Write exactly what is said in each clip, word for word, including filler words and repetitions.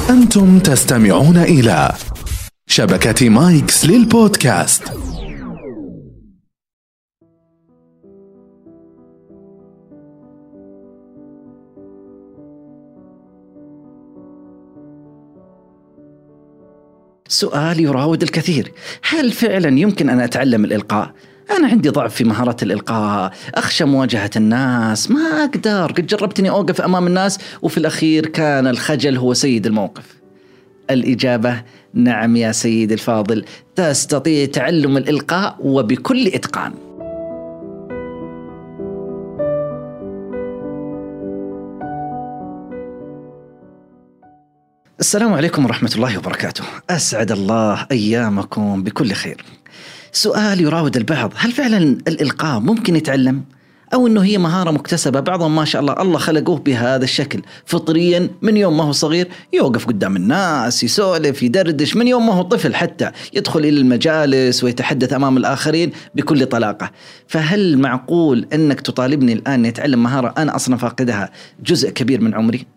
أنتم تستمعون إلى شبكة مايكس للبودكاست. سؤال يراود الكثير: هل فعلا يمكن أن أتعلم الإلقاء؟ أنا عندي ضعف في مهارة الإلقاء، أخشى مواجهة الناس، ما أقدر، قد جربتني أوقف أمام الناس وفي الأخير كان الخجل هو سيد الموقف. الإجابة نعم يا سيد الفاضل، تستطيع تعلم الإلقاء وبكل إتقان. السلام عليكم ورحمة الله وبركاته، أسعد الله أيامكم بكل خير. سؤال يراود البعض: هل فعلا الإلقاء ممكن يتعلم؟ أو أنه هي مهارة مكتسبة؟ بعضهم ما شاء الله الله خلقوه بهذا الشكل فطريا، من يوم ما هو صغير يوقف قدام الناس، يسولف، يدردش، من يوم ما هو طفل حتى يدخل إلى المجالس ويتحدث أمام الآخرين بكل طلاقة. فهل معقول أنك تطالبني الآن يتعلم مهارة أنا أصلا فاقدها جزء كبير من عمري؟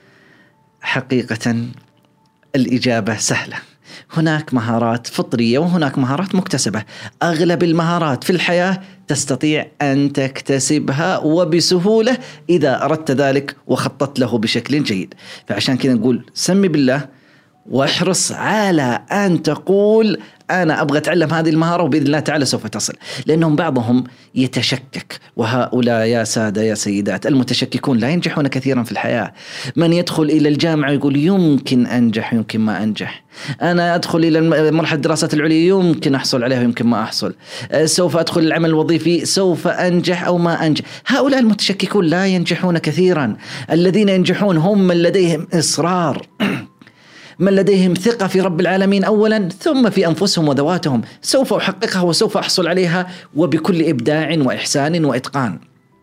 حقيقة الإجابة سهلة، هناك مهارات فطرية وهناك مهارات مكتسبة. أغلب المهارات في الحياة تستطيع أن تكتسبها وبسهولة إذا أردت ذلك وخططت له بشكل جيد. فعشان كذا نقول سمي بالله واحرص على أن تقول أنا أبغى أتعلم هذه المهارة وبإذن الله تعالى سوف تصل. لأنهم بعضهم يتشكك، وهؤلاء يا سادة يا سيدات المتشككون لا ينجحون كثيرا في الحياة. من يدخل إلى الجامعة يقول يمكن أنجح يمكن ما أنجح، أنا أدخل إلى مرحلة الدراسات العليا يمكن أحصل عليها يمكن ما أحصل، سوف أدخل العمل الوظيفي سوف أنجح أو ما أنجح. هؤلاء المتشككون لا ينجحون كثيرا. الذين ينجحون هم من لديهم إصرار، من لديهم ثقة في رب العالمين أولا، ثم في أنفسهم وذواتهم، سوف أحققها وسوف أحصل عليها وبكل إبداع وإحسان وإتقان.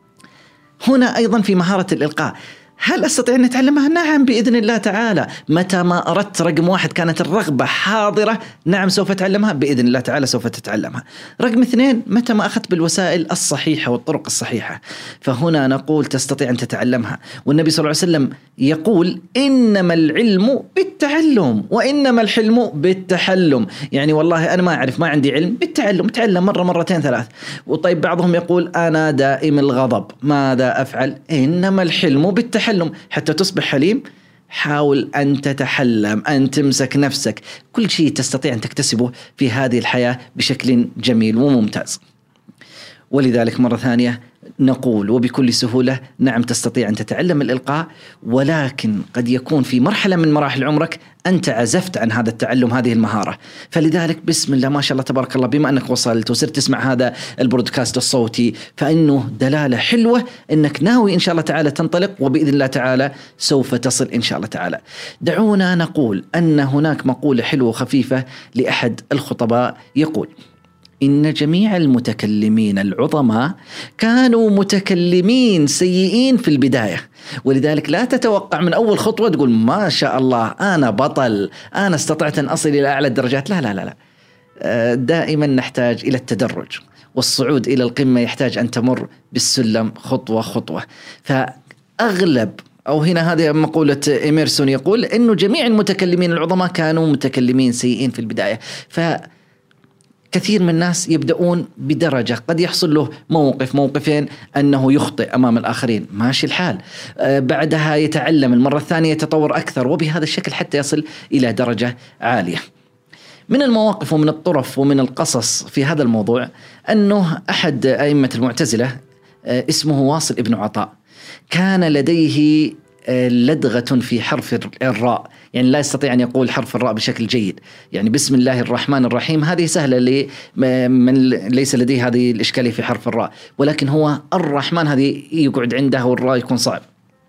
هنا أيضا في مهارة الإلقاء، هل أستطيع أن أتعلمها؟ نعم بإذن الله تعالى. متى ما أردت، رقم واحد كانت الرغبة حاضرة، نعم سوف أتعلمها بإذن الله تعالى، سوف تتعلمها. رقم اثنين، متى ما أخذت بالوسائل الصحيحة والطرق الصحيحة، فهنا نقول تستطيع أن تتعلمها. والنبي صلى الله عليه وسلم يقول إنما العلم بالتعلم وإنما الحلم بالتحلم. يعني والله أنا ما أعرف، ما عندي علم، بالتعلم، تعلم مرة مرتين ثلاث. وطيب بعضهم يقول أنا دائم الغضب، ماذا أفعل؟ إنما الحلم بالتحلم. حتى تصبح حليم حاول أن تتحلم، أن تمسك نفسك. كل شيء تستطيع أن تكتسبه في هذه الحياة بشكل جميل وممتاز. ولذلك مرة ثانية نقول وبكل سهولة نعم تستطيع أن تتعلم الإلقاء، ولكن قد يكون في مرحلة من مراحل عمرك أنت عزفت عن هذا التعلم، هذه المهارة. فلذلك بسم الله ما شاء الله تبارك الله، بما أنك وصلت وصرت تسمع هذا البرودكاست الصوتي، فإنه دلالة حلوة أنك ناوي إن شاء الله تعالى تنطلق، وبإذن الله تعالى سوف تصل إن شاء الله تعالى. دعونا نقول أن هناك مقولة حلوة خفيفة لأحد الخطباء يقول: إن جميع المتكلمين العظماء كانوا متكلمين سيئين في البداية. ولذلك لا تتوقع من أول خطوة تقول ما شاء الله أنا بطل، أنا استطعت أن أصل إلى أعلى الدرجات. لا لا لا لا، دائما نحتاج إلى التدرج، والصعود إلى القمة يحتاج أن تمر بالسلم خطوة خطوة. فأغلب أو هنا هذه مقولة إيميرسون يقول إنه جميع المتكلمين العظماء كانوا متكلمين سيئين في البداية. ف كثير من الناس يبدأون بدرجة، قد يحصل له موقف موقفين أنه يخطئ أمام الآخرين، ماشي الحال، آه بعدها يتعلم، المرة الثانية يتطور أكثر، وبهذا الشكل حتى يصل إلى درجة عالية. من المواقف ومن الطرف ومن القصص في هذا الموضوع أنه أحد أئمة المعتزلة آه اسمه واصل ابن عطاء، كان لديه لدغة في حرف الراء، يعني لا يستطيع أن يقول حرف الراء بشكل جيد. يعني بسم الله الرحمن الرحيم هذه سهلة لمن ليس لديه هذه الإشكالية في حرف الراء، ولكن هو الرحمن هذه يقعد عنده والراء يكون صعب.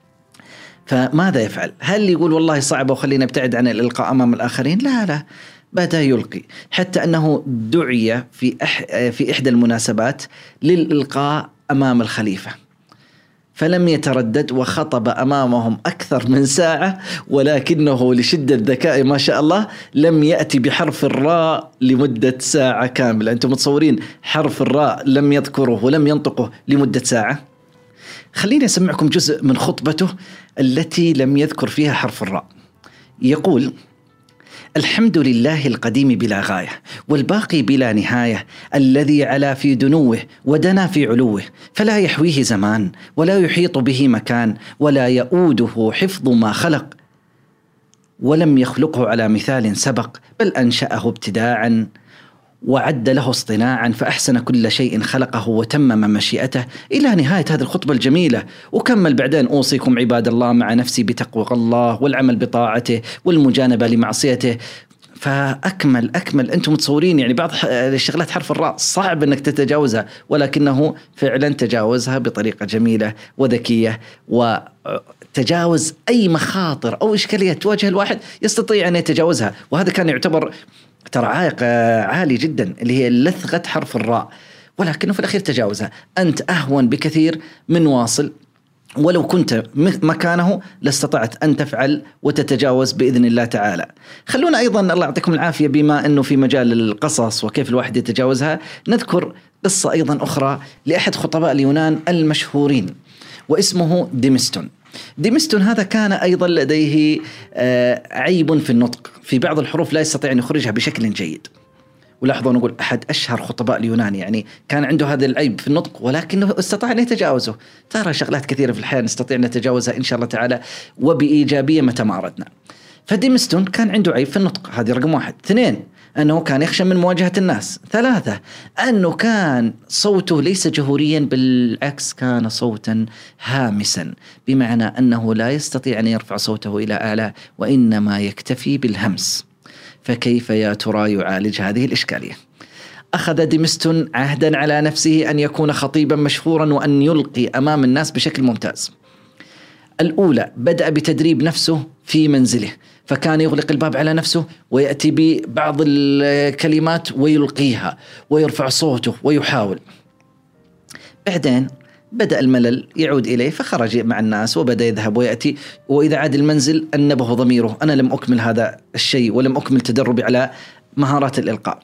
فماذا يفعل؟ هل يقول والله صعب وخلينا نبتعد عن الإلقاء أمام الآخرين؟ لا لا، بدأ يلقي، حتى أنه دعي في أح في إحدى المناسبات للإلقاء أمام الخليفة، فلم يتردد وخطب أمامهم أكثر من ساعة، ولكنه لشدة ذكاء ما شاء الله لم يأتي بحرف الراء لمدة ساعة كاملة. أنتم متصورين حرف الراء لم يذكره ولم ينطقه لمدة ساعة؟ خليني أسمعكم جزء من خطبته التي لم يذكر فيها حرف الراء. يقول: الحمد لله القديم بلا غاية والباقي بلا نهاية، الذي علا في دنوه ودنا في علوه، فلا يحويه زمان ولا يحيط به مكان، ولا يؤوده حفظ ما خلق، ولم يخلقه على مثال سبق، بل أنشأه ابتداعا وعد له اصطناعا، فأحسن كل شيء خلقه وتمم مشيئته. إلى نهاية هذه الخطبة الجميلة. وكمل بعدين: أوصيكم عباد الله مع نفسي بتقوى الله والعمل بطاعته والمجانبة لمعصيته. فأكمل أكمل. أنتم متصورين يعني بعض الشغلات حرف الراء صعب أنك تتجاوزها، ولكنه فعلا تجاوزها بطريقة جميلة وذكية، وتجاوز أي مخاطر أو إشكالية تواجه الواحد يستطيع أن يتجاوزها. وهذا كان يعتبر ترى عائق عالي جدا، اللي هي لثغة حرف الراء، ولكنه في الأخير تجاوزها. أنت أهون بكثير من واصل، ولو كنت مكانه لاستطعت أن تفعل وتتجاوز بإذن الله تعالى. خلونا أيضا، الله يعطيكم العافية، بما أنه في مجال القصص وكيف الواحد يتجاوزها، نذكر قصة أيضا أخرى لأحد خطباء اليونان المشهورين، واسمه ديمستون. ديمستون هذا كان أيضا لديه عيب في النطق، في بعض الحروف لا يستطيع أن يخرجها بشكل جيد. ولاحظوا نقول أحد أشهر خطباء اليونان، يعني كان عنده هذا العيب في النطق، ولكنه استطاع أن يتجاوزه. ترى شغلات كثيرة في الحياة نستطيع أن نتجاوزها إن شاء الله تعالى وبإيجابية متى ما أردنا. فديمستون كان عنده عيب في النطق، هذه رقم واحد. اثنين، أنه كان يخشى من مواجهة الناس. ثلاثة، أنه كان صوته ليس جهوريا، بالعكس كان صوتا هامسا، بمعنى أنه لا يستطيع أن يرفع صوته إلى أعلى، وإنما يكتفي بالهمس. فكيف يا ترى يعالج هذه الإشكالية؟ أخذ ديمستون عهدا على نفسه أن يكون خطيبا مشهورا وأن يلقي أمام الناس بشكل ممتاز. الأولى، بدأ بتدريب نفسه في منزله، فكان يغلق الباب على نفسه ويأتي ببعض الكلمات ويلقيها ويرفع صوته ويحاول. بعدين بدأ الملل يعود إليه، فخرج مع الناس وبدأ يذهب ويأتي، وإذا عاد المنزل أنبه ضميره: أنا لم أكمل هذا الشيء ولم أكمل تدربي على مهارات الإلقاء.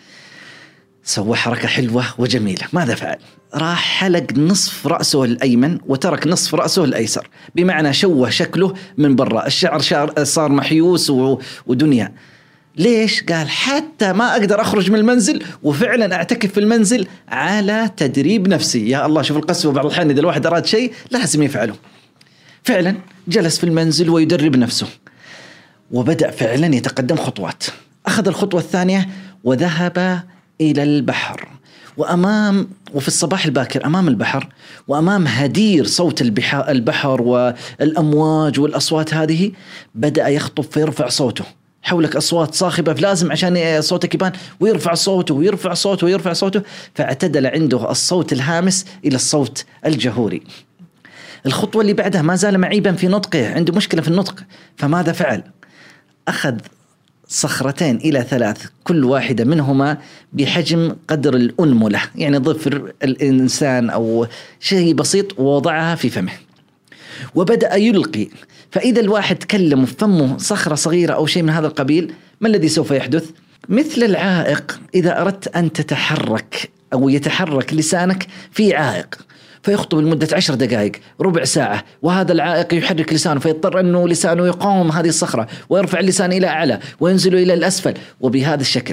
سوى حركة حلوة وجميلة. ماذا فعل؟ راح حلق نصف رأسه الأيمن وترك نصف رأسه الأيسر، بمعنى شوه شكله من برا، الشعر صار محيوس ودنيا. ليش؟ قال: حتى ما أقدر أخرج من المنزل، وفعلا أعتكف في المنزل على تدريب نفسي. يا الله، شوف القسوة، بعض الحين إذا الواحد أراد شيء لازم يفعله. فعلا جلس في المنزل ويدرب نفسه، وبدأ فعلا يتقدم خطوات. أخذ الخطوة الثانية وذهب إلى البحر، وأمام وفي الصباح الباكر أمام البحر، وأمام هدير صوت البحر والأمواج والأصوات هذه، بدأ يخطب فيرفع صوته. حولك أصوات صاخبة، لازم عشان صوتك يبان، ويرفع صوته ويرفع صوته ويرفع صوته، فاعتدل عنده الصوت الهامس إلى الصوت الجهوري. الخطوة اللي بعدها ما زال معيبا في نطقه، عنده مشكلة في النطق، فماذا فعل؟ أخذ صخرتين إلى ثلاث، كل واحدة منهما بحجم قدر الأنملة، يعني ظفر الإنسان أو شيء بسيط، ووضعها في فمه وبدأ يلقي. فإذا الواحد تكلم فمه صخرة صغيرة أو شيء من هذا القبيل، ما الذي سوف يحدث؟ مثل العائق، إذا أردت أن تتحرك أو يتحرك لسانك في عائق، فيخطب لمدة عشر دقائق ربع ساعة، وهذا العائق يحرك لسانه، فيضطر أنه لسانه يقاوم هذه الصخرة ويرفع اللسان إلى أعلى وينزل إلى الأسفل، وبهذا الشكل.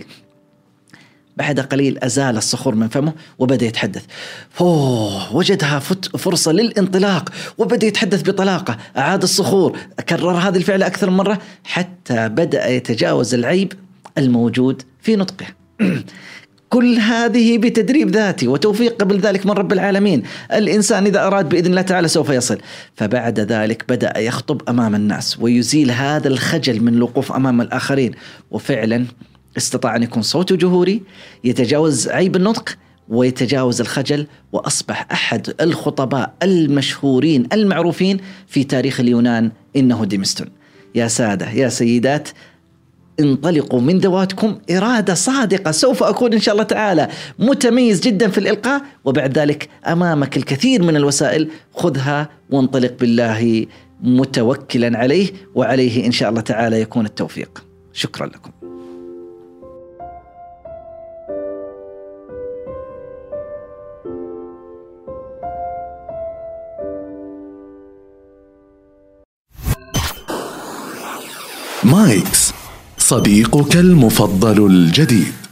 بعد قليل أزال الصخور من فمه وبدأ يتحدث. أوه، وجدها فرصة للانطلاق وبدأ يتحدث بطلاقة. أعاد الصخور، كرر هذه الفعلة أكثر من مرة حتى بدأ يتجاوز العيب الموجود في نطقه. كل هذه بتدريب ذاتي وتوفيق قبل ذلك من رب العالمين. الإنسان إذا أراد بإذن الله تعالى سوف يصل. فبعد ذلك بدأ يخطب أمام الناس ويزيل هذا الخجل من الوقوف أمام الآخرين، وفعلا استطاع أن يكون صوته جهوري، يتجاوز عيب النطق ويتجاوز الخجل، وأصبح أحد الخطباء المشهورين المعروفين في تاريخ اليونان، إنه ديمستون. يا سادة يا سيدات، انطلقوا من ذواتكم إرادة صادقة، سوف أكون إن شاء الله تعالى متميز جدا في الإلقاء، وبعد ذلك أمامك الكثير من الوسائل، خذها وانطلق بالله متوكلا عليه، وعليه إن شاء الله تعالى يكون التوفيق. شكرا لكم. مايكس صديقك المفضل الجديد.